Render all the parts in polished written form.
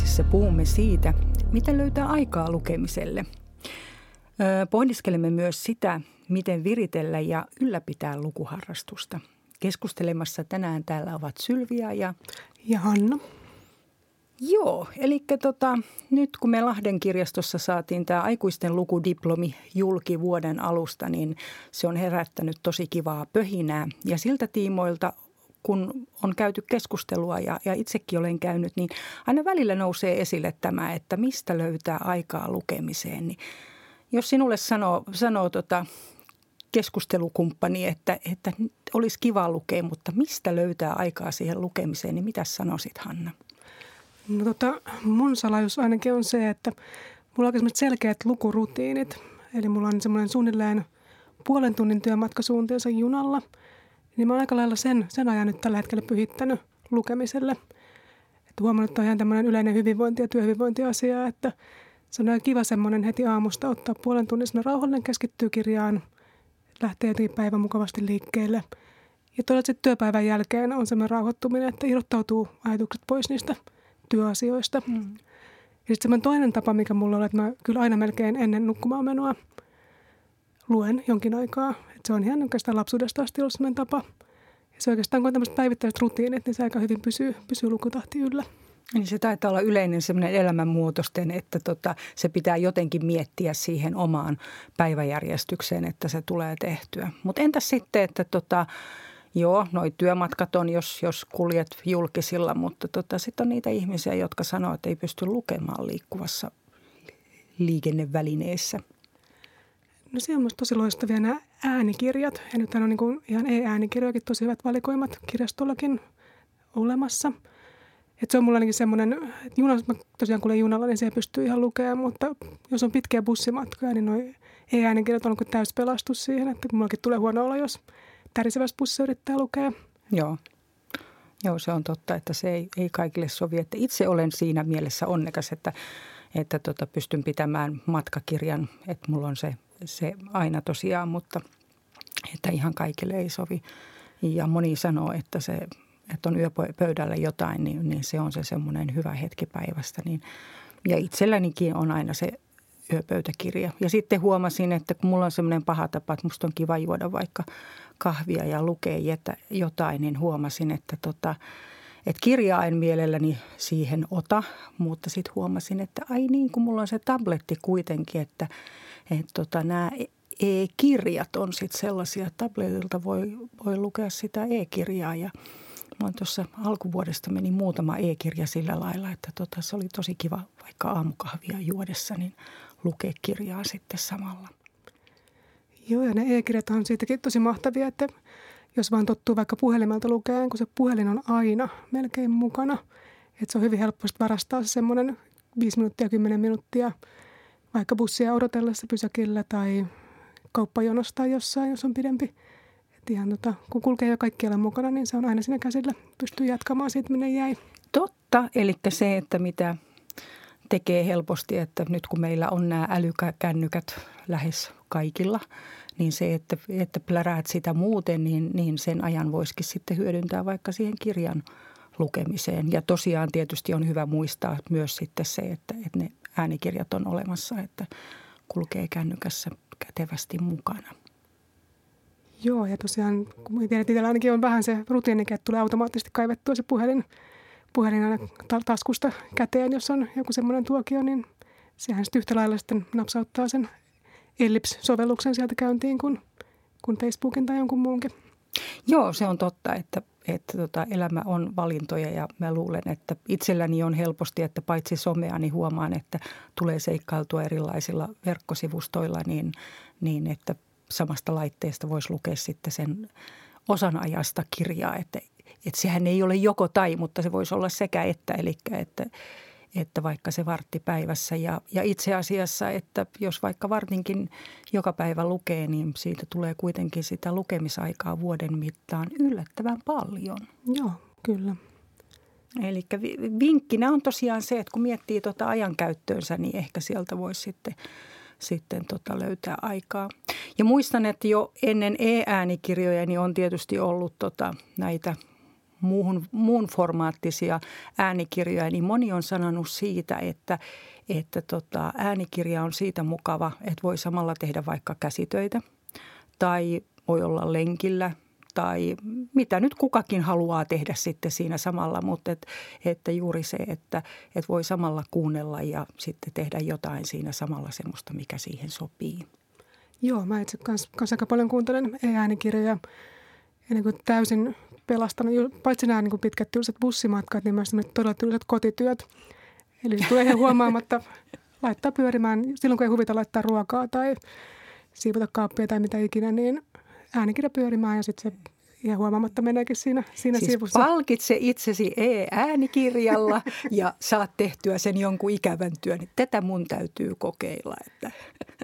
podcastissa puhumme siitä, miten löytää aikaa lukemiselle. Pohdiskelemme myös sitä, miten viritellä ja ylläpitää lukuharrastusta. Keskustelemassa tänään täällä ovat Sylvia ja Hanna. Joo, eli nyt kun me Lahden kirjastossa saatiin tämä aikuisten lukudiplomi julki vuoden alusta, niin se on herättänyt tosi kivaa pöhinää. Ja siltä tiimoilta, kun on käyty keskustelua ja itsekin olen käynyt, niin aina välillä nousee esille tämä, että mistä löytää aikaa lukemiseen. Niin jos sinulle sanoo keskustelukumppani, että olisi kiva lukea, mutta mistä löytää aikaa siihen lukemiseen, niin mitä sanoisit, Hanna? No mun salaisuus ainakin on se, että mulla on oikein selkeät lukurutiinit. Eli mulla on semmoinen suunnilleen puolen tunnin työmatkasuunteensa junalla. Niin mä oon aika lailla sen ajan nyt tällä hetkellä pyhittänyt lukemiselle. Että huomannut, että on ihan tämmöinen yleinen hyvinvointi- ja työhyvinvointiasia, että se on kiva semmoinen heti aamusta ottaa puolen tunnin semmoinen rauhallinen, keskittyy kirjaan, lähtee jotenkin päivän mukavasti liikkeelle. Ja todella sitten työpäivän jälkeen on semmoinen rauhoittuminen, että irrottautuu ajatukset pois niistä työasioista. Ja sitten semmoinen toinen tapa, mikä mulla on, että mä kyllä aina melkein ennen nukkumaan menoa luen jonkin aikaa. Että se on ihan oikeastaan lapsuudesta asti ollut semmoinen tapa. Ja se oikeastaan, kun on tämmöiset päivittäiset rutiinit, niin se aika hyvin pysyy lukutahti yllä. Niin se taitaa olla yleinen semmoinen elämänmuutosten, että se pitää jotenkin miettiä siihen omaan päiväjärjestykseen, että se tulee tehtyä. Mutta entäs sitten, että joo, noi työmatkat on, jos kuljet julkisilla, mutta sitten on niitä ihmisiä, jotka sanoo, että ei pysty lukemaan liikkuvassa liikennevälineessä. No se on musta tosi loistavia nämä äänikirjat. Ja nyt on niin kuin ihan e-äänikirjojakin tosi hyvät valikoimat kirjastollakin olemassa. Että se on mulla ainakin semmoinen, että junassa, mä tosiaan kuljen junalla, niin se pystyy ihan lukemaan, mutta jos on pitkiä bussimatkoja, niin noi e-äänikirjat on kuin täyspelastus siihen, että mullakin tulee huono olla, jos tärisevässä bussissa yrittää lukea. Joo, se on totta, että se ei kaikille sovi. Että itse olen siinä mielessä onnekas, että pystyn pitämään matkakirjan, että mulla on se aina tosiaan, mutta että ihan kaikille ei sovi. Ja moni sanoo, että on yöpöydällä jotain, niin se on se semmoinen hyvä hetki päivästä. Niin, ja itsellänikin on aina se yöpöytäkirja. Ja sitten huomasin, että kun mulla on semmoinen paha tapa, että musta on kiva juoda vaikka kahvia ja lukea jotain, niin huomasin, että kirjaa en mielelläni siihen ota. Mutta sitten huomasin, että ai niin, kun mulla on se tabletti kuitenkin, että nämä e-kirjat on sitten sellaisia, että tabletilta voi lukea sitä e-kirjaa ja tuossa alkuvuodesta meni muutama e-kirja sillä lailla, että se oli tosi kiva vaikka aamukahvia juodessa, niin lukea kirjaa sitten samalla. Joo, ja ne e-kirjat on siitäkin tosi mahtavia, että jos vaan tottuu vaikka puhelimelta lukeen, kun se puhelin on aina melkein mukana. Että se on hyvin helppo varastaa se semmoinen 5 minuuttia, 10 minuuttia vaikka bussia odotellessa pysäkillä tai kauppajonossa tai jossain, jos on pidempi. Ihan kun kulkee jo kaikkialla mukana, niin se on aina siinä käsillä. Pystyy jatkamaan siitä, minne jäi. Totta, eli se, että mitä tekee helposti, että nyt kun meillä on nämä älykännykät lähes kaikilla, niin se, että pläräät sitä muuten, niin sen ajan voisikin sitten hyödyntää vaikka siihen kirjan lukemiseen. Ja tosiaan tietysti on hyvä muistaa myös sitten se, että ne äänikirjat on olemassa, että kulkee kännykässä kätevästi mukana. Joo, ja tosiaan, kun tiedän, että itsellä ainakin on vähän se rutiinikin, että tulee automaattisesti kaivettua se puhelin aina taskusta käteen, jos on joku semmoinen tuokio, niin sehän sitten yhtä lailla sitten napsauttaa sen Ellipse-sovelluksen sieltä käyntiin kuin Facebookin tai jonkun muunkin. Joo, se on totta, että elämä on valintoja ja mä luulen, että itselläni on helposti, että paitsi somea, niin huomaan, että tulee seikkailtua erilaisilla verkkosivustoilla niin että samasta laitteesta voisi lukea sitten sen osan ajasta kirjaa, että sehän ei ole joko tai, mutta se voisi olla sekä että, eli että vaikka se vartti päivässä ja itse asiassa, että jos vaikka vartinkin joka päivä lukee, niin siitä tulee kuitenkin sitä lukemisaikaa vuoden mittaan yllättävän paljon. Joo, kyllä. Eli vinkkinä on tosiaan se, että kun miettii ajankäyttöönsä, niin ehkä sieltä voisi sitten löytää aikaa. Ja muistan, että jo ennen e-äänikirjoja niin on tietysti ollut näitä muun formaattisia äänikirjoja, niin moni on sanonut siitä, että äänikirja on siitä mukava, että voi samalla tehdä vaikka käsitöitä tai voi olla lenkillä tai mitä nyt kukakin haluaa tehdä sitten siinä samalla, mutta että juuri se, että voi samalla kuunnella ja sitten tehdä jotain siinä samalla semmoista, mikä siihen sopii. Joo, mä itse kanssa aika paljon kuuntelen äänikirjoja ja niin kuin täysin pelastanut, paitsi nämä niin kuin pitkät tylsät bussimatkat, niin myös todella tylsät kotityöt. Eli se tulee ihan huomaamatta laittaa pyörimään, silloin kun ei huvita laittaa ruokaa tai siivota kaappia tai mitä ikinä, niin äänikirja pyörimään ja sitten se ihan huomaamatta meneekin siinä siis sivussa. Palkitse itsesi äänikirjalla ja saat tehtyä sen jonkun ikävän työn. Tätä mun täytyy kokeilla. Että.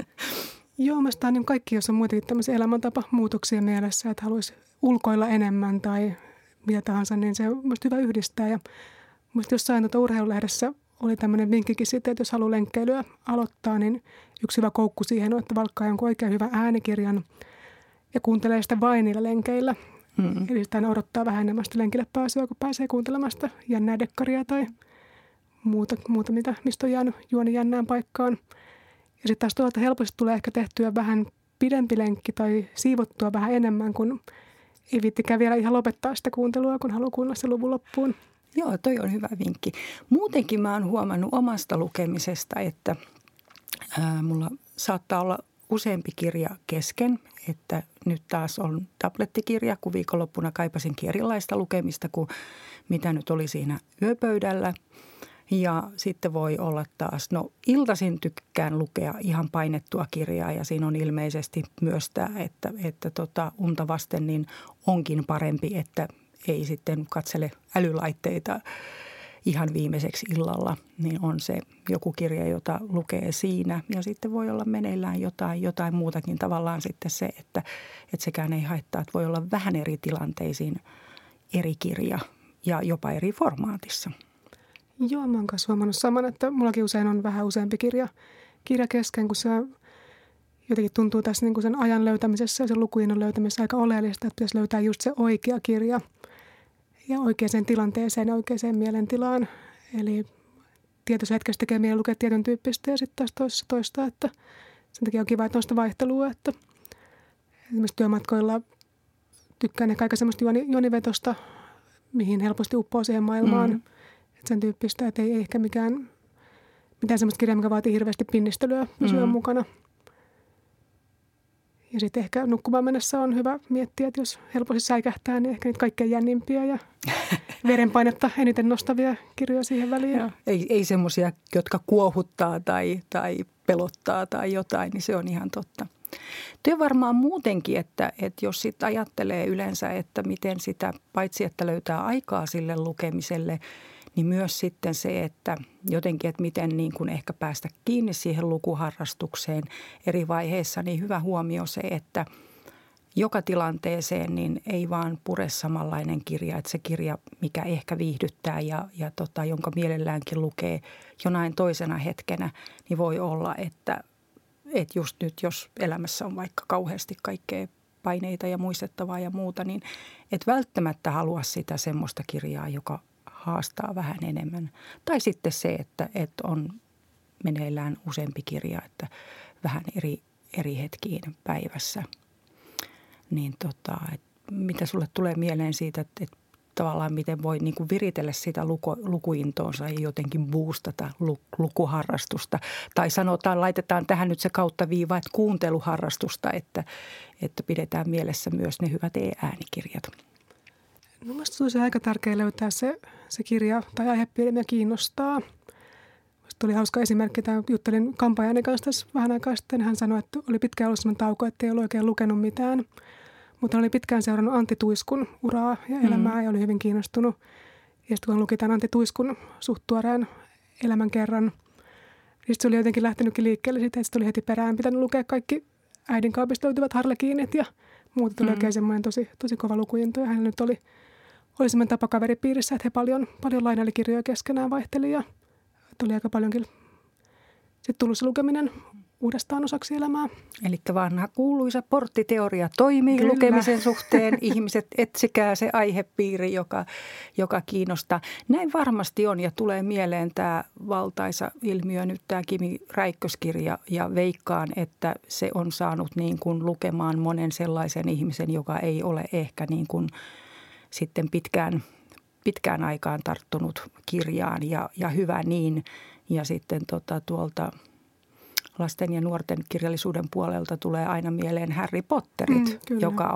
Joo, mielestäni niin kaikki, jos on muitakin tämmöisiä elämäntapamuutoksia mielessä, että haluaisi ulkoilla enemmän tai mitä tahansa, niin se on mielestäni hyvä yhdistää. Ja mielestäni jossain urheilulehdessä oli tämmöinen vinkkikin sitten, että jos haluaa lenkkeilyä aloittaa, niin yksi hyvä koukku siihen on, että valkkaa jonkun oikein hyvän äänikirjan ja kuuntelee sitä vain niillä lenkeillä. Eli sitä odottaa vähän enemmän sitä lenkille pääsyä, kun pääsee kuuntelemaan sitä jännää dekkaria tai muuta mistä on jäänyt juoni jännään paikkaan. Ja sitten taas tuolta helposti tulee ehkä tehtyä vähän pidempi lenkki tai siivottua vähän enemmän, kun ei viittikään vielä ihan lopettaa sitä kuuntelua, kun haluaa kuunnella se luvun loppuun. Joo, toi on hyvä vinkki. Muutenkin mä oon huomannut omasta lukemisesta, että mulla saattaa olla useampi kirja kesken, että nyt taas on tablettikirja, kun viikonloppuna kaipasinkin erilaista lukemista kuin mitä nyt oli siinä yöpöydällä. Ja sitten voi olla taas, iltaisin tykkään lukea ihan painettua kirjaa ja siinä on ilmeisesti myös tämä, että unta vasten niin onkin parempi, että ei sitten katsele älylaitteita ihan viimeiseksi illalla, niin on se joku kirja, jota lukee siinä. Ja sitten voi olla meneillään jotain muutakin tavallaan sitten se, että sekään ei haittaa, että voi olla vähän eri tilanteisiin eri kirja ja jopa eri formaatissa. Joo, mä oon kanssa huomannut saman, että mullakin usein on vähän useampi kirja kesken, kun se jotenkin tuntuu tässä niin kuin sen ajan löytämisessä ja sen lukuinnon löytämisessä aika oleellista, että pitäisi löytää just se oikea kirja ja oikeaan tilanteeseen ja oikeaan mielentilaan. Eli tietyssä hetkessä tekee mieli lukea tietyn tyyppistä ja sitten taas toisessa toista, että sen takia on kiva, että on sitä vaihtelua, että esimerkiksi työmatkoilla tykkään ehkä aika semmoista juonivetosta, mihin helposti uppoo siihen maailmaan. Että sen tyyppistä, että ei ehkä mitään semmoista kirjaa, mikä vaatii hirveästi pinnistelyä pysyä mukana. Ja sitten ehkä nukkumaan mennessä on hyvä miettiä, että jos helposti säikähtää, niin ehkä niitä kaikkein jännimpiä ja verenpainetta eniten nostavia kirjoja siihen väliin. Joo. Ei semmoisia, jotka kuohuttaa tai pelottaa tai jotain, niin se on ihan totta. Työ varmaan muutenkin, että jos sitten ajattelee yleensä, että miten sitä, paitsi että löytää aikaa sille lukemiselle, niin myös sitten se, että jotenkin, että miten niin kuin ehkä päästä kiinni siihen lukuharrastukseen eri vaiheissa, niin hyvä huomio se, että joka tilanteeseen niin ei vaan pure samanlainen kirja, että se kirja, mikä ehkä viihdyttää ja jonka mielelläänkin lukee jonain toisena hetkenä, niin voi olla, että just nyt, jos elämässä on vaikka kauheasti kaikkea paineita ja muistettavaa ja muuta, niin et välttämättä halua sitä semmoista kirjaa, joka haastaa vähän enemmän. Tai sitten se, että on meneillään useampi kirja, että vähän eri hetkiin päivässä. Niin mitä sulle tulee mieleen siitä, että tavallaan miten voi niin kuin viritellä sitä lukuintoonsa ja jotenkin boostata lukuharrastusta. Tai laitetaan tähän nyt se kauttaviiva, että kuunteluharrastusta, että pidetään mielessä myös ne hyvät e-äänikirjat. No, mielestäni olisi aika tärkeää löytää se kirja tai aihepiiri, mikä kiinnostaa. Tuli hauska esimerkki, että juttelin kampaajani kanssa tässä vähän aikaa sitten. Hän sanoi, että oli pitkään ollut sellainen tauko, että ei ollut oikein lukenut mitään. Mutta hän oli pitkään seurannut Antti Tuiskun uraa ja elämää ja oli hyvin kiinnostunut. Ja sitten kun luki tämän Antti Tuiskun suht tuoreen elämän kerran, niin se oli jotenkin lähtenytkin liikkeelle siitä, että se tuli heti perään pitänyt lukea kaikki äidinkaapista löytyvät harlekiinit ja muuta. Tuli oikein semmoinen tosi kova lukuinto. Ja hän nyt oli semmoinen tapa kaveripiirissä, että he paljon lainaili kirjoja keskenään vaihteli ja oli aika paljonkin sitten tullut se lukeminen uudestaan osaksi elämää. Eli vanha kuuluisa porttiteoria toimii Kyllä. lukemisen suhteen. Ihmiset etsikää se aihepiiri, joka kiinnostaa. Näin varmasti on ja tulee mieleen tämä valtaisa ilmiö nyt tämä Kimi Räikköskirja ja veikkaan, että se on saanut niin kuin lukemaan monen sellaisen ihmisen, joka ei ole ehkä niin kuin sitten pitkään aikaan tarttunut kirjaan ja hyvä niin. Ja sitten tuolta lasten ja nuorten kirjallisuuden puolelta tulee aina mieleen Harry Potterit, joka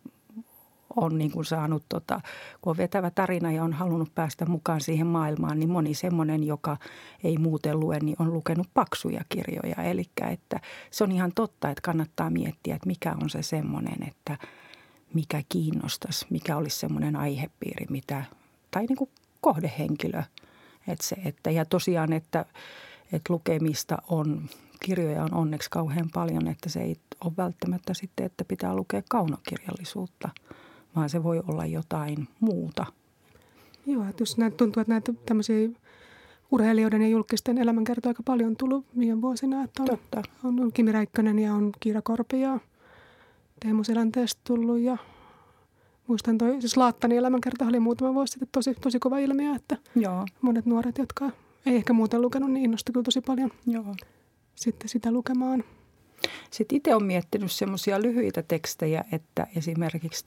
on niin kuin saanut, kun on vetävä tarina ja on halunnut päästä mukaan siihen maailmaan, niin moni semmoinen, joka ei muuten lue, niin on lukenut paksuja kirjoja. Eli että se on ihan totta, että kannattaa miettiä, että mikä on se semmoinen, että mikä kiinnostaisi, mikä olisi semmoinen aihepiiri, tai niin kuin kohdehenkilö. Ja tosiaan, että lukemista kirjoja on onneksi kauhean paljon, että se ei ole välttämättä sitten, että pitää lukea kaunokirjallisuutta, vaan se voi olla jotain muuta. Joo, että jos tuntuu, että näitä tämmöisiä urheilijoiden ja julkisten elämänkertoja aika paljon tullut viime vuosina. Että on Kimi Räikkönen ja on Kiira Korpi ja Teemu Selänteestä tullut ja muistan siis Laattanin elämänkerta oli muutama vuosi sitten tosi kova ilmiö, että Joo. Monet nuoret, jotka ei ehkä muuten lukenut, niin innostui kyllä tosi paljon sitten sitä lukemaan. Sitten itse olen miettinyt semmoisia lyhyitä tekstejä, että esimerkiksi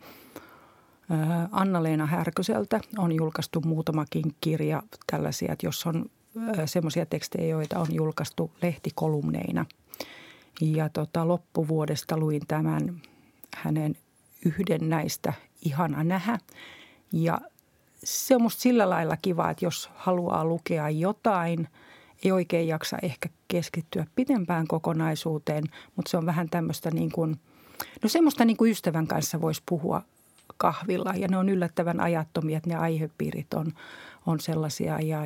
Anna-Leena Härköseltä on julkaistu muutamakin kirja tällaisia, että jos on semmoisia tekstejä, joita on julkaistu lehtikolumneina. Ja loppuvuodesta luin tämän hänen yhden näistä Ihana nähdä. Ja se on musta sillä lailla kiva, että jos haluaa lukea jotain, ei oikein jaksa ehkä keskittyä pitempään kokonaisuuteen, mutta se on vähän tämmöistä niin kuin, semmoista niin kuin ystävän kanssa voisi puhua kahvilla. Ja ne on yllättävän ajattomia, että ne aihepiirit on sellaisia ja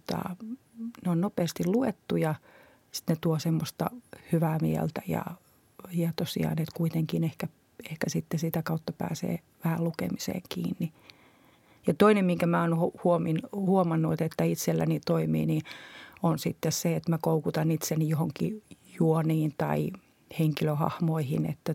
ne on nopeasti luettu ja sitten ne tuo semmoista hyvää mieltä ja tosiaan, että kuitenkin ehkä sitten sitä kautta pääsee vähän lukemiseen kiinni. Ja toinen, minkä mä oon huomannut, että itselläni toimii, niin on sitten se, että mä koukutan itseni johonkin juoniin tai henkilöhahmoihin. Että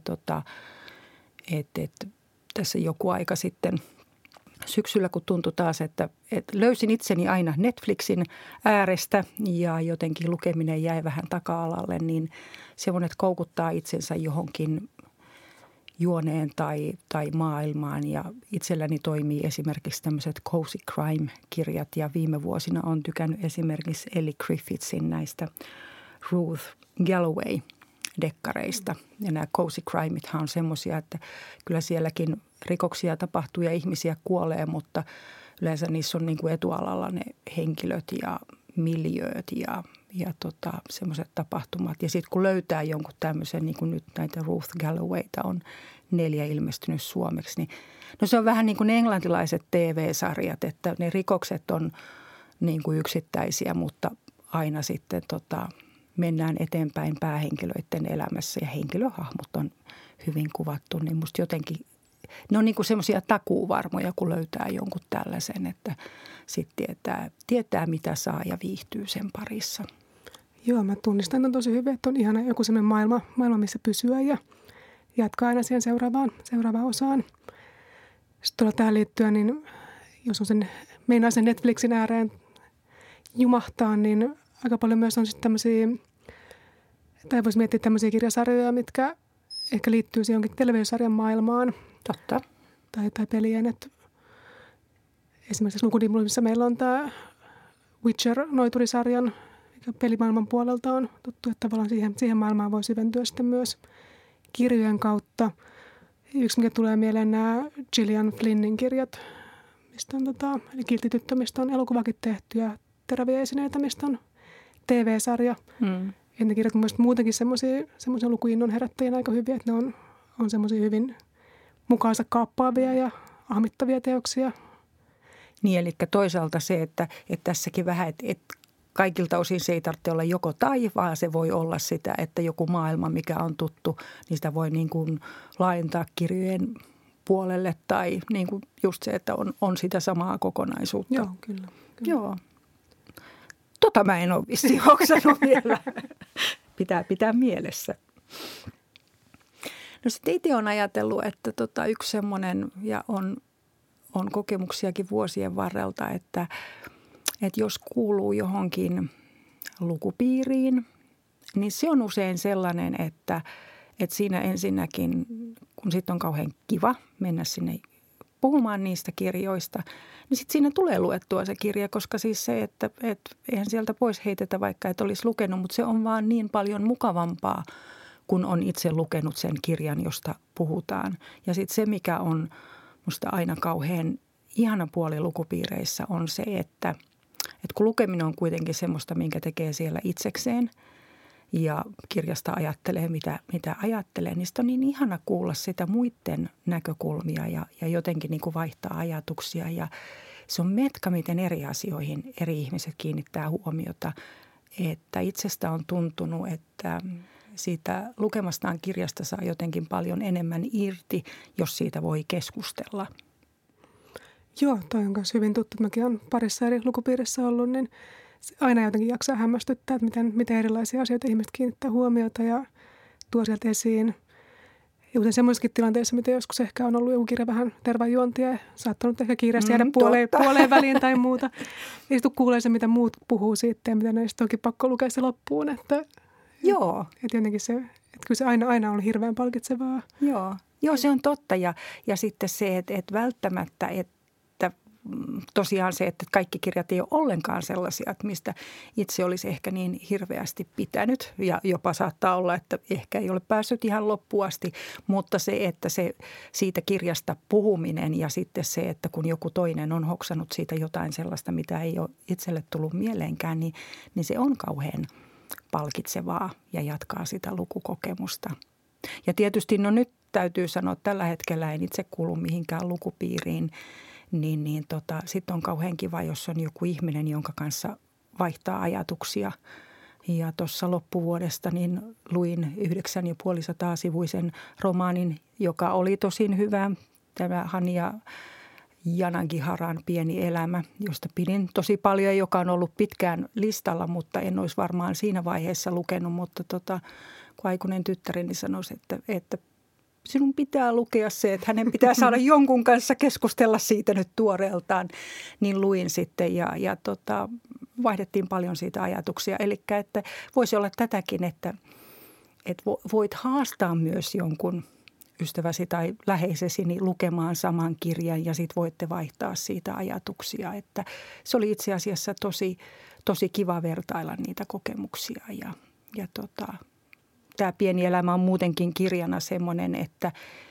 tässä joku aika sitten syksyllä, kun tuntui taas, että löysin itseni aina Netflixin äärestä ja jotenkin lukeminen jäi vähän taka-alalle, niin semmoinen, että koukuttaa itsensä johonkin juoneen tai maailmaan ja itselläni toimii esimerkiksi tämmöiset cozy crime-kirjat ja viime vuosina on tykännyt esimerkiksi Ellie Griffithsin näistä Ruth Galloway-dekkareista. Ja nämä cozy crimethan on semmoisia, että kyllä sielläkin rikoksia tapahtuu ja ihmisiä kuolee, mutta yleensä niissä on niin kuin etualalla ne henkilöt ja miljööt ja semmoiset tapahtumat. Ja sitten kun löytää jonkun tämmöisen, niin kuin nyt näitä Ruth Gallowayta on 4 ilmestynyt suomeksi, niin se on vähän niin kuin ne englantilaiset TV-sarjat, että ne rikokset on niin kuin yksittäisiä, mutta aina sitten mennään eteenpäin päähenkilöiden elämässä ja henkilöhahmot on hyvin kuvattu, niin musta jotenkin ne on niin kuin semmoisia takuuvarmoja, kun löytää jonkun tällaisen, että sitten tietää mitä saa ja viihtyy sen parissa. Joo, mä tunnistan tämän tosi hyvin, että on ihana joku semmoinen maailma, missä pysyä ja jatkaa aina siihen seuraavaan osaan. Sitten tähän liittyen, niin jos on meinaa sen Netflixin ääreen jumahtaa, niin aika paljon myös on sitten tämmöisiä, tai voisi miettiä tämmöisiä kirjasarjoja, mitkä ehkä liittyy siihen jonkin televisiosarjan maailmaan. Totta. Tai pelien, että esimerkiksi Lukudimulissa meillä on tämä Witcher-noiturisarjan, mikä pelimaailman puolelta on tuttu, että tavallaan siihen maailmaan voi syventyä sitten myös kirjojen kautta. Yksi, mikä tulee mieleen, nämä Gillian Flynnin kirjat, mistä on eli Kiltityttö, mistä on elokuvakin tehty ja Teräviä esineitä, mistä on TV-sarja. Ja ne kirjat mielestäni muutenkin semmoisia lukuinnon herättäjien aika hyviä, että ne on semmoisia hyvin mukaansa kaappaavia ja ahmittavia teoksia. Niin, eli toisaalta se, että tässäkin vähän, että kaikilta osin se ei tarvitse olla joko tai, vaan se voi olla sitä, että joku maailma, mikä on tuttu, niin sitä voi niin kuin laajentaa kirjojen puolelle tai niin kuin just se, että on sitä samaa kokonaisuutta. Joo, kyllä. Joo. Mä en ole vissiin hoksannut vielä. pitää mielessä. No sitten itse olen ajatellut, että yksi semmoinen, ja on kokemuksiakin vuosien varrelta, että jos kuuluu johonkin lukupiiriin, niin se on usein sellainen, että siinä ensinnäkin, kun sitten on kauhean kiva mennä sinne puhumaan niistä kirjoista, niin sitten siinä tulee luettua se kirja, koska siis se, että eihän sieltä pois heitetä vaikka et olisi lukenut, mutta se on vaan niin paljon mukavampaa, kun on itse lukenut sen kirjan, josta puhutaan. Ja sitten se, mikä on musta aina kauhean ihana puoli lukupiireissä on se, että kun lukeminen on kuitenkin semmoista, minkä tekee siellä itsekseen ja kirjasta ajattelee, mitä ajattelee, niin on niin ihana kuulla sitä muiden näkökulmia ja jotenkin niin kuin vaihtaa ajatuksia. Ja se on metka, miten eri asioihin eri ihmiset kiinnittää huomiota, että itsestä on tuntunut, että siitä lukemastaan kirjasta saa jotenkin paljon enemmän irti, jos siitä voi keskustella. Joo, toi on myös hyvin tuttu. Mäkin olen parissa eri lukupiirissä ollut, niin aina jotenkin jaksaa hämmästyttää, että miten erilaisia asioita ihmiset kiinnittää huomiota ja tuo sieltä esiin. Ja usein semmoisessakin tilanteessa, mitä joskus ehkä on ollut joku kirja vähän tervajuontia ja saattanut ehkä kiireesti jäädä puoleen väliin tai muuta. Ja sitten kuulee se, mitä muut puhuu siitä ja mitä näistä onkin pakko lukea se loppuun. Joo. Että jotenkin se, että kyllä se aina on hirveän palkitsevaa. Joo, se on totta. Ja sitten se, että välttämättä, että tosiaan se, että kaikki kirjat ei ole ollenkaan sellaisia, että mistä itse olisi ehkä niin hirveästi pitänyt. Ja jopa saattaa olla, että ehkä ei ole päässyt ihan loppuun asti, mutta se, että se siitä kirjasta puhuminen ja sitten se, että kun joku toinen on hoksannut siitä jotain sellaista, mitä ei ole itselle tullut mieleenkään, niin se on kauhean palkitsevaa ja jatkaa sitä lukukokemusta. Ja tietysti nyt täytyy sanoa, että tällä hetkellä en itse kuulu mihinkään lukupiiriin, niin sitten on kauhean kiva, jos on joku ihminen, jonka kanssa vaihtaa ajatuksia. Ja tuossa loppuvuodesta niin luin 950-sivuisen romaanin, joka oli tosin hyvä. Tämä Hania Janagiharan Pieni elämä, josta pidin tosi paljon, joka on ollut pitkään listalla, mutta en olisi varmaan siinä vaiheessa lukenut. Mutta kun aikuinen tyttäreni sanoi, että sinun pitää lukea se, että hänen pitää saada jonkun kanssa keskustella siitä nyt tuoreeltaan, niin luin sitten ja vaihdettiin paljon siitä ajatuksia. Eli että voisi olla tätäkin, että voit haastaa myös jonkun ystäväsi tai läheisesi lukemaan saman kirjan ja sitten voitte vaihtaa siitä ajatuksia. Että se oli itse asiassa tosi kiva vertailla niitä kokemuksia ja tämä Pieni elämä on muutenkin kirjana semmoinen, että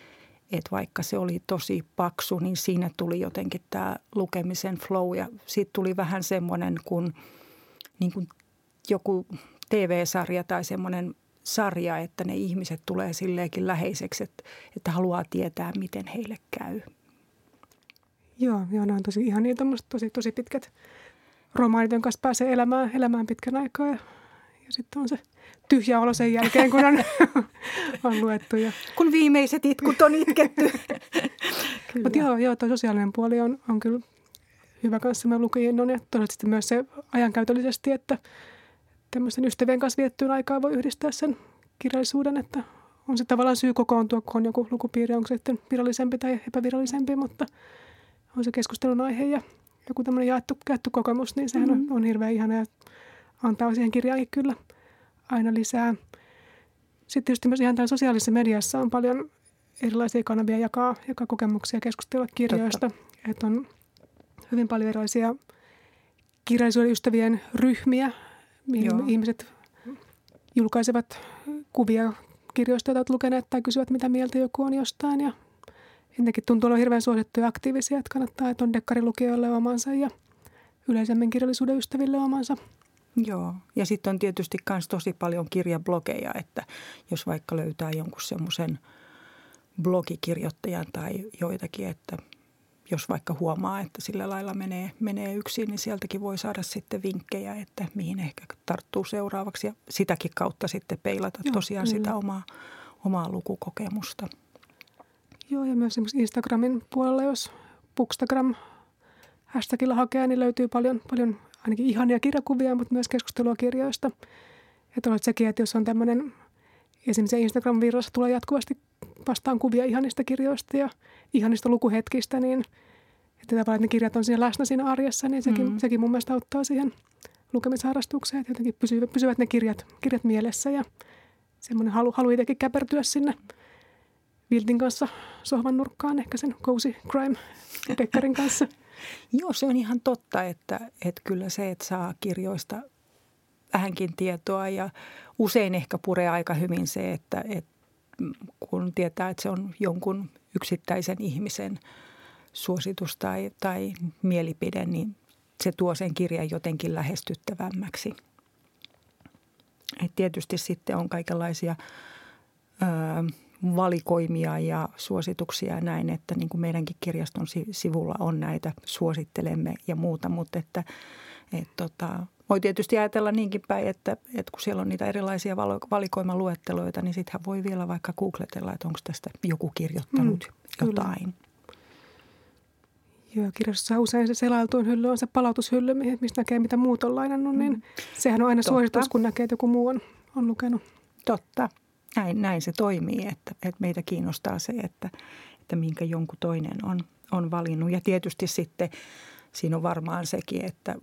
vaikka se oli tosi paksu, niin siinä tuli jotenkin tämä lukemisen flow ja siitä tuli vähän semmoinen kuin niin kuin joku TV-sarja tai semmoinen sarja, että ne ihmiset tulee silleenkin läheiseksi, että haluaa tietää, miten heille käy. Joo, ne on tosi ihania, tosi pitkät romaanit, jonka kanssa pääsee elämään pitkän aikaa ja sitten on se tyhjä olo sen jälkeen, kun on luettu. Kun viimeiset itkut on itketty. Mutta joo, tuo sosiaalinen puoli on kyllä hyvä kanssa. Mä lukiin ja todennäköisesti myös se ajankäytöllisesti, että tämmöisen ystävien kanssa viettyyn aikaa voi yhdistää sen kirjallisuuden, että on se tavallaan syy kokoontua, kun on joku lukupiiri, onko se sitten virallisempi tai epävirallisempi, mutta on se keskustelun aihe ja joku tämmöinen jaettu kokemus, niin sehän on hirveän ihana ja antaa siihen kirjaankin kyllä aina lisää. Sitten tietysti myös ihan täällä sosiaalisessa mediassa on paljon erilaisia kanavia jakaa kokemuksia ja keskustella kirjoista. Että on hyvin paljon erilaisia kirjallisuuden ystävien ryhmiä, mihin ihmiset julkaisevat kuvia kirjoista, joita olet lukeneet tai kysyvät, mitä mieltä joku on jostain. Ja ennenkin tuntuu olla hirveän suosittuja aktiivisia, että kannattaa, että on dekkarilukijoille omansa ja yleisemmin kirjallisuuden ystäville omansa. Joo, ja sitten on tietysti myös tosi paljon kirjablogeja, että jos vaikka löytää jonkun semmoisen blogikirjoittajan tai joitakin, että jos vaikka huomaa, että sillä lailla menee yksin, niin sieltäkin voi saada sitten vinkkejä, että mihin ehkä tarttuu seuraavaksi ja sitäkin kautta sitten peilata tosiaan sitä omaa lukukokemusta. Joo, ja myös Instagramin puolella, jos Bookstagram hashtagilla hakee, niin löytyy paljon ainakin ihania kirjakuvia, mutta myös keskustelua kirjoista. Että olet sekin, että jos on tämmöinen, esimerkiksi Instagram-virrassa tulee jatkuvasti vastaan kuvia ihanista kirjoista ja ihanista lukuhetkistä, niin että tavallaan, että ne kirjat on siinä läsnä siinä arjessa, niin sekin mun mielestä auttaa siihen lukemisharrastukseen, että jotenkin pysyvät ne kirjat mielessä ja semmoinen halu itsekin käpertyä sinne viltin kanssa sohvan nurkkaan, ehkä sen cozy crime-dekkarin kanssa. Joo, se on ihan totta, että kyllä se, että saa kirjoista vähänkin tietoa ja usein ehkä puree aika hyvin se, että kun tietää, että se on jonkun yksittäisen ihmisen suositus tai mielipide, niin se tuo sen kirjan jotenkin lähestyttävämmäksi. Et tietysti sitten on kaikenlaisia valikoimia ja suosituksia ja näin, että niin kuin meidänkin kirjaston sivulla on näitä suosittelemme ja muuta, mutta voi tietysti ajatella niinkin päin, että kun siellä on niitä erilaisia valikoimaluetteloita, niin sittenhän voi vielä vaikka googletella, että onko tästä joku kirjoittanut jotain. Joo, kirjastossa usein se selailtuin hylly on se palautushylly, mistä näkee mitä muut on lainannut, niin sehän on aina suositus, kun näkee, että joku muu on lukenut. Totta. Näin se toimii, että meitä kiinnostaa se, että minkä jonkun toinen on valinnut. Ja tietysti sitten siinä on varmaan sekin, että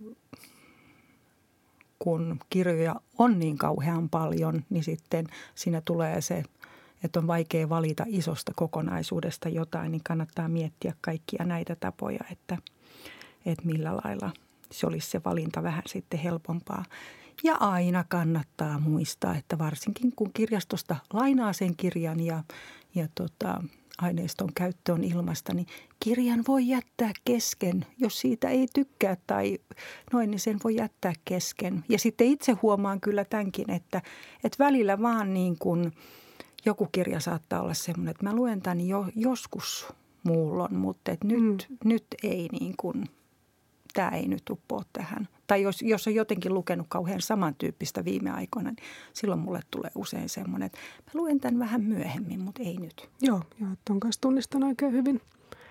kun kirjoja on niin kauhean paljon, niin sitten siinä tulee se, että on vaikea valita isosta kokonaisuudesta jotain, niin kannattaa miettiä kaikkia näitä tapoja, että millä lailla se olisi se valinta vähän sitten helpompaa. Ja aina kannattaa muistaa, että varsinkin kun kirjastosta lainaa sen kirjan ja aineiston käyttö on ilmaista, niin kirjan voi jättää kesken. Jos siitä ei tykkää tai noin, niin sen voi jättää kesken. Ja sitten itse huomaan kyllä tämänkin, että välillä vaan niin kuin joku kirja saattaa olla semmoinen, että mä luen tämän joskus muulloin, mutta nyt ei niin kuin, tämä ei nyt uppoa tähän. Tai jos on jotenkin lukenut kauhean samantyyppistä viime aikoina, niin silloin mulle tulee usein semmoinen, että mä luen tämän vähän myöhemmin, mutta ei nyt. Joo, ton kanssa tunnistan oikein hyvin.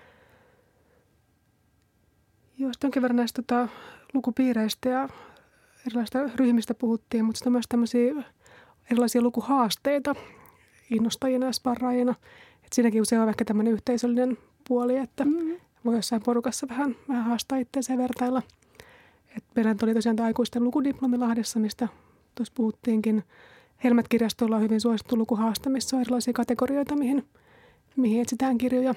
Joo, sitten jonkin verran näistä lukupiireistä ja erilaisista ryhmistä puhuttiin, mutta sitten on myös tämmöisiä erilaisia lukuhaasteita innostajina ja sparraajina. Et siinäkin usein on ehkä tämmöinen yhteisöllinen puoli, että voi jossain porukassa vähän haastaa itseänsä ja vertailla. Et meillä oli tosiaan tämä aikuisten lukudiplomi Lahdessa, mistä tuossa puhuttiinkin. Helmet-kirjastolla on hyvin suosittu lukuhaaste, missä on erilaisia kategorioita, mihin etsitään kirjoja.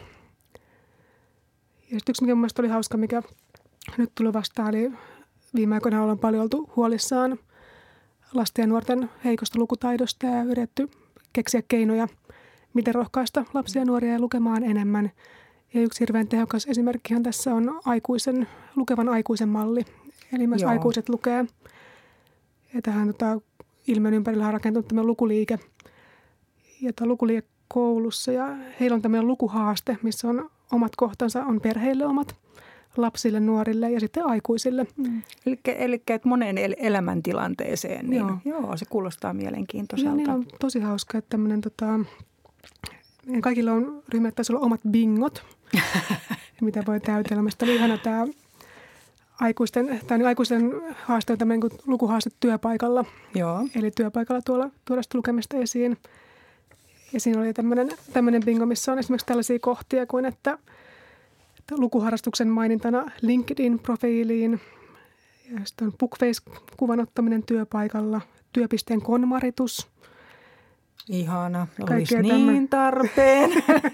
Ja sitten yksi, mikä mun mielestä oli hauska, mikä nyt tuli vastaan, eli viime aikoina ollaan paljon oltu huolissaan lasten ja nuorten heikosta lukutaidosta ja yritetty keksiä keinoja, miten rohkaista lapsia ja nuoria lukemaan enemmän. Ja yksi hirveän tehokas esimerkkihan tässä on lukevan aikuisen malli. Eli myös aikuiset lukee. Ja tähän ilmiön ympärillä on rakentunut tämmöinen lukuliike. Ja tämä lukuliike koulussa. Ja heillä on tämmöinen lukuhaaste, missä on omat kohtansa, on perheille omat, lapsille, nuorille ja sitten aikuisille. Eli että moneen elämäntilanteeseen. Niin, joo, se kuulostaa mielenkiintoiselta. Niin on tosi hauska, että tämmöinen kaikilla on ryhmät, taisi olla omat bingot, mitä voi täytellä. Mielestäni oli ihana tämä aikuisten haaste on tämmöinen kuin lukuhaaste työpaikalla. Joo. Eli työpaikalla tuoda sitä lukemista esiin. Ja siinä oli tämmöinen bingo, missä on esimerkiksi tällaisia kohtia kuin, että lukuharrastuksen mainintana LinkedIn-profiiliin. Ja sitten on bookface-kuvan ottaminen työpaikalla, työpisteen konmaritus. Ihana, olisi niin tarpeen.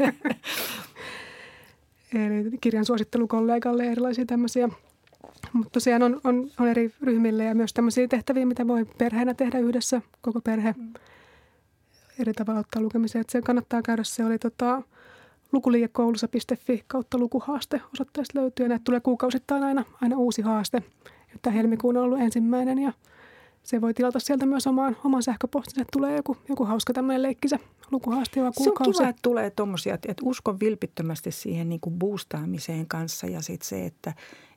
Eli kirjan suosittelu kollegalle ja erilaisia tämmöisiä. Mutta tosiaan on eri ryhmille ja myös tämmöisiä tehtäviä, mitä voi perheenä tehdä yhdessä, koko perhe eri tavalla ottaa lukemiseen. Että se kannattaa käydä, se oli lukuliikekoulussa.fi kautta lukuhaaste osoitteesta löytyy. Ja näitä tulee kuukausittain aina uusi haaste. Tämä helmikuun on ollut ensimmäinen ja se voi tilata sieltä myös oman sähköpostinsa, että tulee joku hauska tämmöinen leikkisä lukuhaaste joka kuukausi. Se on kiva, että tulee tuommoisia, että uskon vilpittömästi siihen niin kuin boostaamiseen kanssa ja sitten se, että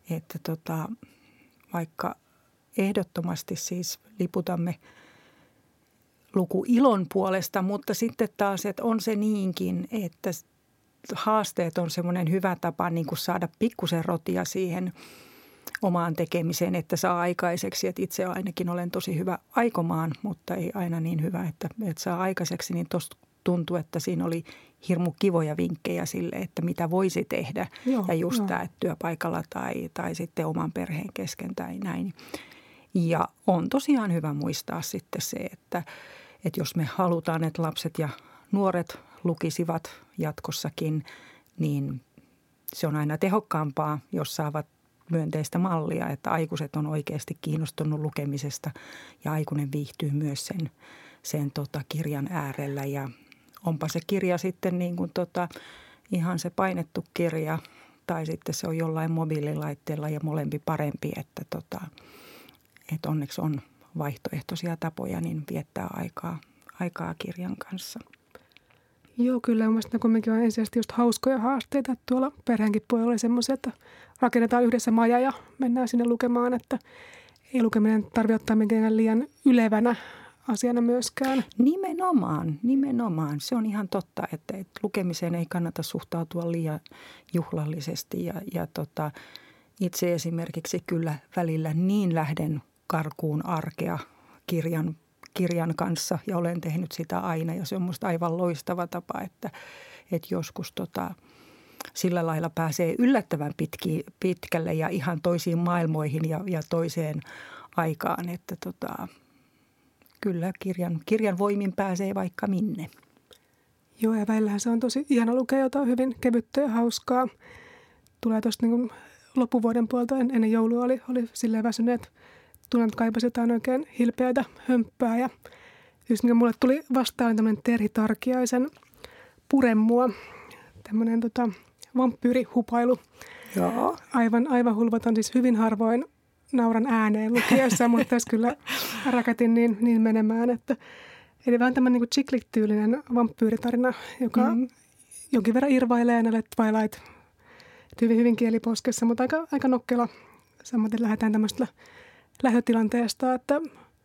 vaikka ehdottomasti siis liputamme lukuilon puolesta, mutta sitten taas, että on se niinkin, että haasteet on semmoinen hyvä tapa niin kuin saada pikkusen rotia siihen omaan tekemiseen, että saa aikaiseksi. Että itse ainakin olen tosi hyvä aikomaan, mutta ei aina niin hyvä, että saa aikaiseksi. Niin tuosta tuntui, että siinä oli hirmu kivoja vinkkejä sille, että mitä voisi tehdä. Ja just tämä, että työpaikalla tai sitten oman perheen kesken tai näin. Ja on tosiaan hyvä muistaa sitten se, että jos me halutaan, että lapset ja nuoret lukisivat jatkossakin, niin se on aina tehokkaampaa, jos saavat myönteistä mallia, että aikuiset on oikeasti kiinnostunut lukemisesta ja aikuinen viihtyy myös sen kirjan äärellä. Ja onpa se kirja sitten niin kuin ihan se painettu kirja tai sitten se on jollain mobiililaitteella ja molempi parempi, että onneksi on vaihtoehtoisia tapoja niin viettää aikaa kirjan kanssa. Joo, kyllä. Mielestäni kumminkin on ensisijaisesti just hauskoja haasteita. Tuolla perheenkin puolella oli semmoisia, että rakennetaan yhdessä maja ja mennään sinne lukemaan, että ei lukeminen tarvitse ottaa mikään liian ylevänä asiana myöskään. Nimenomaan. Se on ihan totta, että lukemiseen ei kannata suhtautua liian juhlallisesti ja itse esimerkiksi kyllä välillä niin lähden karkuun arkea kirjan kanssa ja olen tehnyt sitä aina ja se on musta aivan loistava tapa, että joskus sillä lailla pääsee yllättävän pitkälle ja ihan toisiin maailmoihin ja toiseen aikaan, että kyllä kirjan voimin pääsee vaikka minne. Joo, ja välillähän se on tosi ihana lukea jotain hyvin kevyttä ja hauskaa. Tulee tuosta niin loppuvuoden puolta ennen joulua oli silleen väsyneet. Tunnen, kaipasi jotain oikein hilpeätä hömppää ja just mikä mulle tuli vastaan tämmöinen Terhi Tarkiaisen Puremua, tämmöinen vampyyrihupailu. Joo. Aivan hulvaton, siis hyvin harvoin nauran ääneen lukiessa, mutta tässä kyllä raketin niin menemään, että eli vähän tämmöinen niin chick lit-tyylinen vampyyritarina, joka jonkin verran irvailee näille Twilight hyvin kieliposkessa, mutta aika nokkela. Samaten lähdetään tämmöistä lähötilanteesta, että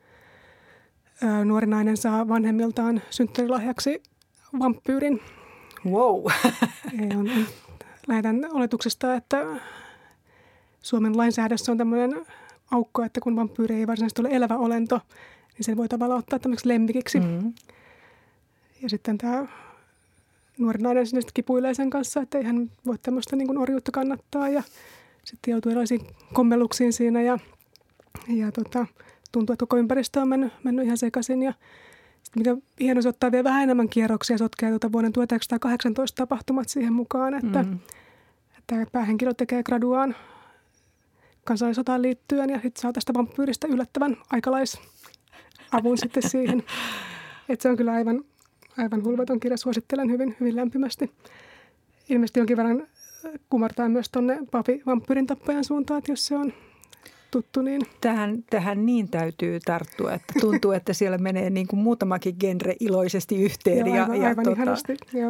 nuori nainen saa vanhemmiltaan synttärilahjaksi vampyyrin. Wow! Lähdetään oletuksesta, että Suomen lainsäädännössä on tämmöinen aukko, että kun vampyyri ei varsinaisesti ole elävä olento, niin sen voi tavallaan ottaa tämmöiseksi lemmikiksi. Mm-hmm. Ja sitten tämä nuori nainen sinne kipuilee sen kanssa, että ei hän voi tämmöistä niin kuin orjuutta kannattaa ja sitten joutuu erilaisiin kommelluksiin siinä ja tuntuu, että koko ympäristö on mennyt ihan sekaisin. Ja sitten mikä hieno, se ottaa vielä vähän enemmän kierroksia ja sotkee vuoden 1918 tapahtumat siihen mukaan, että päähenkilö tekee graduaan kansallisotaan liittyen ja sitten saa tästä vampyyristä yllättävän aikalaisavun sitten siihen. Että se on kyllä aivan hulvaton kirja, suosittelen hyvin lämpimästi. Ilmeisesti jonkin verran kumartaa myös tuonne vampyyrin tappajan suuntaan, että jos se on tuttu, niin Tähän niin täytyy tarttua, että tuntuu, että siellä menee niin kuin muutamakin genre iloisesti yhteen. Joo, aivan ihanasti, joo.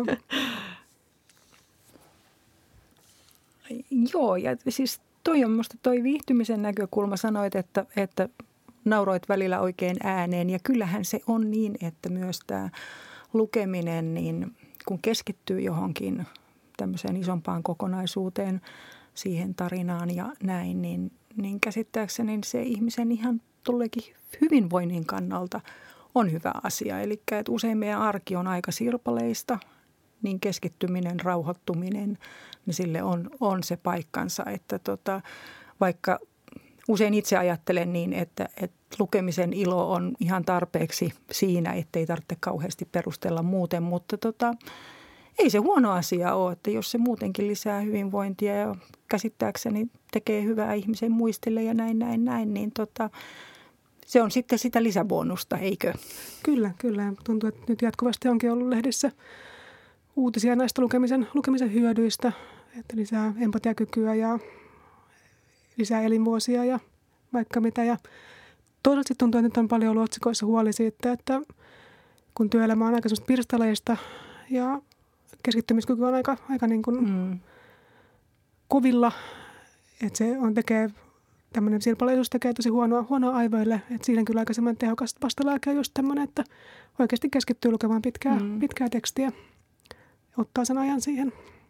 Joo, ja siis toi on musta toi viihtymisen näkökulma. Sanoit, että nauroit välillä oikein ääneen ja kyllähän se on niin, että myös tämä lukeminen, niin kun keskittyy johonkin tämmöiseen isompaan kokonaisuuteen, siihen tarinaan ja näin, niin käsittääkseni se ihmisen ihan tulleekin hyvinvoinnin kannalta on hyvä asia. Eli että usein meidän arki on aika sirpaleista, niin keskittyminen, rauhoittuminen, niin sille on se paikkansa. Että vaikka usein itse ajattelen niin, että lukemisen ilo on ihan tarpeeksi siinä, ettei tarvitse kauheasti perustella muuten, mutta ei se huono asia ole, että jos se muutenkin lisää hyvinvointia ja käsittääkseni tekee hyvää ihmisen muistille ja näin, niin se on sitten sitä lisäbonusta, eikö? Kyllä. Tuntuu, että nyt jatkuvasti onkin ollut lehdissä uutisia näistä lukemisen hyödyistä, että lisää empatiakykyä ja lisää elinvuosia ja vaikka mitä. Ja toisaalta tuntuu, että nyt on paljon ollut otsikoissa huoli siitä, että kun työelämä on aika semmoista pirstaleista ja keskittymiskyky on aika niin kuin kovilla, että se tekee tämmöinen sirpaleisuus tekee tosi huonoa aivoille, että siinä kyllä aika semmoinen tehokas vastalääke on just tämmöinen, että oikeasti keskittyy lukemaan pitkää tekstiä, ottaa sen ajan siihen.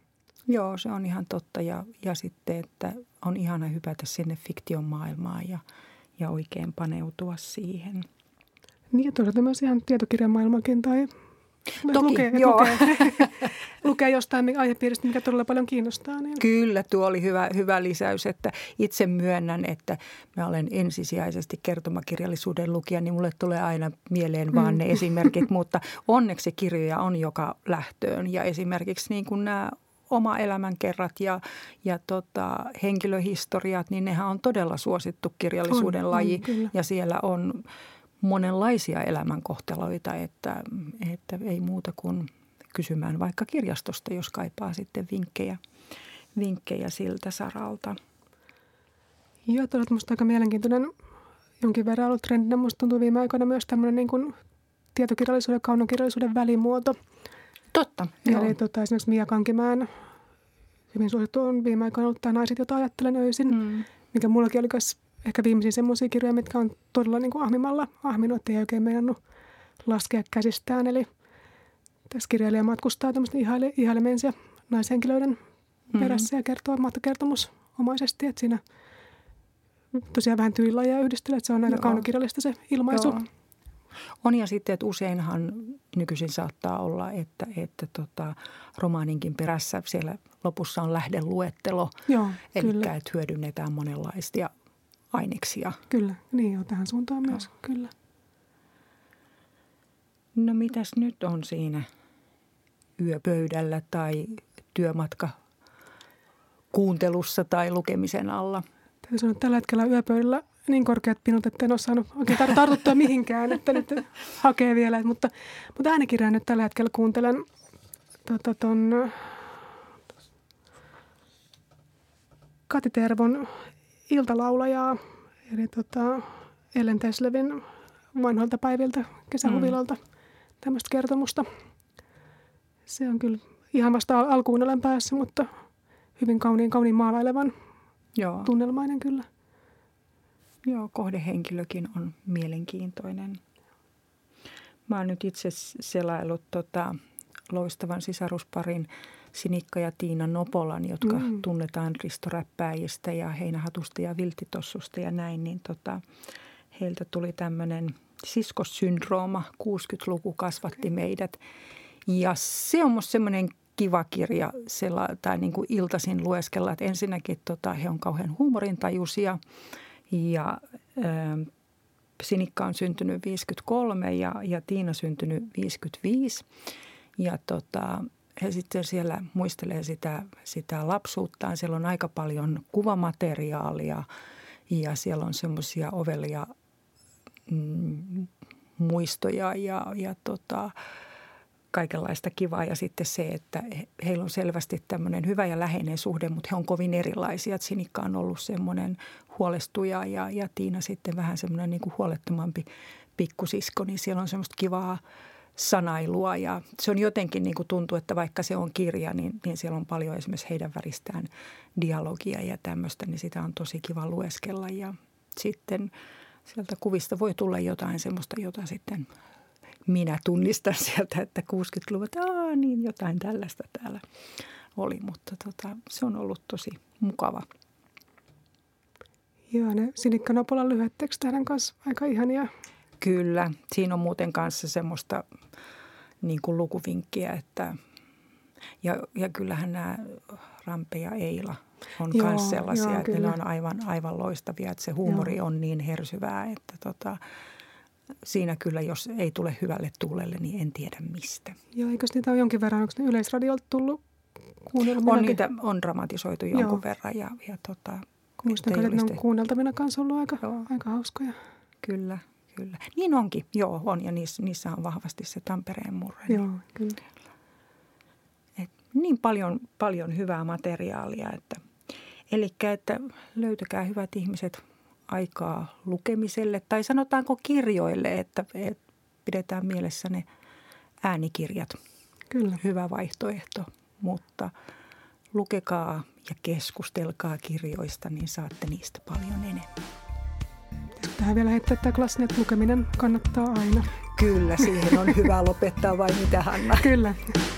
Joo, se on ihan totta ja sitten, että on ihana hypätä sinne fiktion maailmaan ja oikein paneutua siihen. Niin ja toisaalta myös ihan tietokirjamaailmankin tai Toki, joo. Lukee jostain aihepiiristä, mikä todella paljon kiinnostaa. Niin. Kyllä, tuo oli hyvä lisäys, että itse myönnän, että mä olen ensisijaisesti kertomakirjallisuuden lukija, niin mulle tulee aina mieleen vaan ne esimerkit, mutta onneksi kirjoja on joka lähtöön ja esimerkiksi niin kuin nämä oma elämänkerrat ja henkilöhistoriat, niin nehän on todella suosittu kirjallisuuden laji ja siellä on monenlaisia elämänkohtaloita, että ei muuta kuin kysymään vaikka kirjastosta, jos kaipaa sitten vinkkejä siltä saralta. Joo, tuo on minusta aika mielenkiintoinen, jonkin verran ollut trendinä. Minusta tuntuu viime aikoina myös tämmöinen niin kuin tietokirjallisuuden ja kaunokirjallisuuden välimuoto. Totta. Eli esimerkiksi Mia Kankimäen hyvin suosittu on viime aikoina ollut tämä Naiset, jota ajattelen öisin, mikä mullakin oli ehkä viimeisiä semmoisia kirjoja, mitkä on todella niin kuin ahmimalla ahminut, että ei oikein meinannut laskea käsistään. Eli tässä kirjailija matkustaa tämmöisten ihailemensa naishenkilöiden perässä ja kertoo matkakertomusomaisesti, että siinä tosiaan vähän tyylilajeja yhdistelee, että se on aika kaunokirjallista se ilmaisu. Joo. On ja sitten, että useinhan nykyisin saattaa olla, että romaaninkin perässä siellä lopussa on lähdeluettelo. Joo, eli että hyödynnetään monenlaisia aineksia. Kyllä, niin joo, tähän suuntaan myös, kyllä. No mitäs nyt on siinä yöpöydällä tai työmatka kuuntelussa tai lukemisen alla? Täytyy sanoa, että tällä hetkellä yöpöydällä niin korkeat pinut, että en ole saanut oikein tartuttua mihinkään, että nyt hakee vielä. Mutta äänikirjaa nyt tällä hetkellä kuuntelen ton Kati Tervon iltalaulajaa, eli Ellen Teslevin vanhoilta päiviltä kesähuvilalta tämmöistä kertomusta. Se on kyllä ihan vasta alkuun olen päässä, mutta hyvin kauniin maalailevan tunnelmainen kyllä. Joo, kohdehenkilökin on mielenkiintoinen. Mä oon nyt itse selaillut loistavan sisarusparin Sinikka ja Tiina Nopolan, jotka tunnetaan Risto-räppääjistä ja Heinähatusta ja Vilttitossusta ja näin, niin heiltä tuli tämmöinen siskossyndrooma, 60-luku kasvatti meidät. Ja se on musta semmoinen kiva kirja tai niin kuin iltaisin lueskella, että ensinnäkin he on kauhean huumorintajuisia ja Sinikka on syntynyt 53 ja Tiina syntynyt 55 ja he sitten siellä muistelee sitä lapsuuttaan. Siellä on aika paljon kuvamateriaalia ja siellä on semmoisia ovelia muistoja ja kaikenlaista kivaa. Ja sitten se, että heillä on selvästi tämmöinen hyvä ja läheinen suhde, mutta he on kovin erilaisia. Että Sinikka on ollut semmoinen huolestuja ja Tiina sitten vähän semmoinen niin kuin huolettomampi pikkusisko. Niin siellä on semmoista kivaa sanailua ja se on jotenkin niin kuin tuntuu, että vaikka se on kirja, niin siellä on paljon esimerkiksi heidän väristään dialogia ja tämmöistä, niin sitä on tosi kiva lueskella ja sitten sieltä kuvista voi tulla jotain semmoista, jota sitten minä tunnistan sieltä, että 60-luvut, niin jotain tällaista täällä oli, mutta se on ollut tosi mukava. Joo, ne Sinikka Nopolan lyhyet tekstit hänen kanssa aika ihania. Kyllä, siinä on muuten kanssa semmoista niin kuin lukuvinkkiä, että ja kyllähän nämä Rampe ja Eila on myös sellaisia, että ne on aivan loistavia, että se huumori on niin hersyvää, että siinä kyllä, jos ei tule hyvälle tuulelle, niin en tiedä mistä. Joo, eikö niitä ole jonkin verran, onko ne Yleisradiolta tullut kuunnelmina? On niitä, on dramatisoitu jonkun verran ja muistan, että ne on kuunneltavina kanssa ollut aika hauskoja. Kyllä. Niin onkin, joo on ja niissä on vahvasti se Tampereen murre. Joo, kyllä. Niin paljon hyvää materiaalia, että löytäkää hyvät ihmiset aikaa lukemiselle tai sanotaanko kirjoille, että pidetään mielessä ne äänikirjat. Kyllä. Hyvä vaihtoehto, mutta lukekaa ja keskustelkaa kirjoista, niin saatte niistä paljon enemmän. Tähän vielä heittää tämä klassinen, että lukeminen kannattaa aina. Kyllä, siihen on hyvä lopettaa vai mitä, Hanna? Kyllä.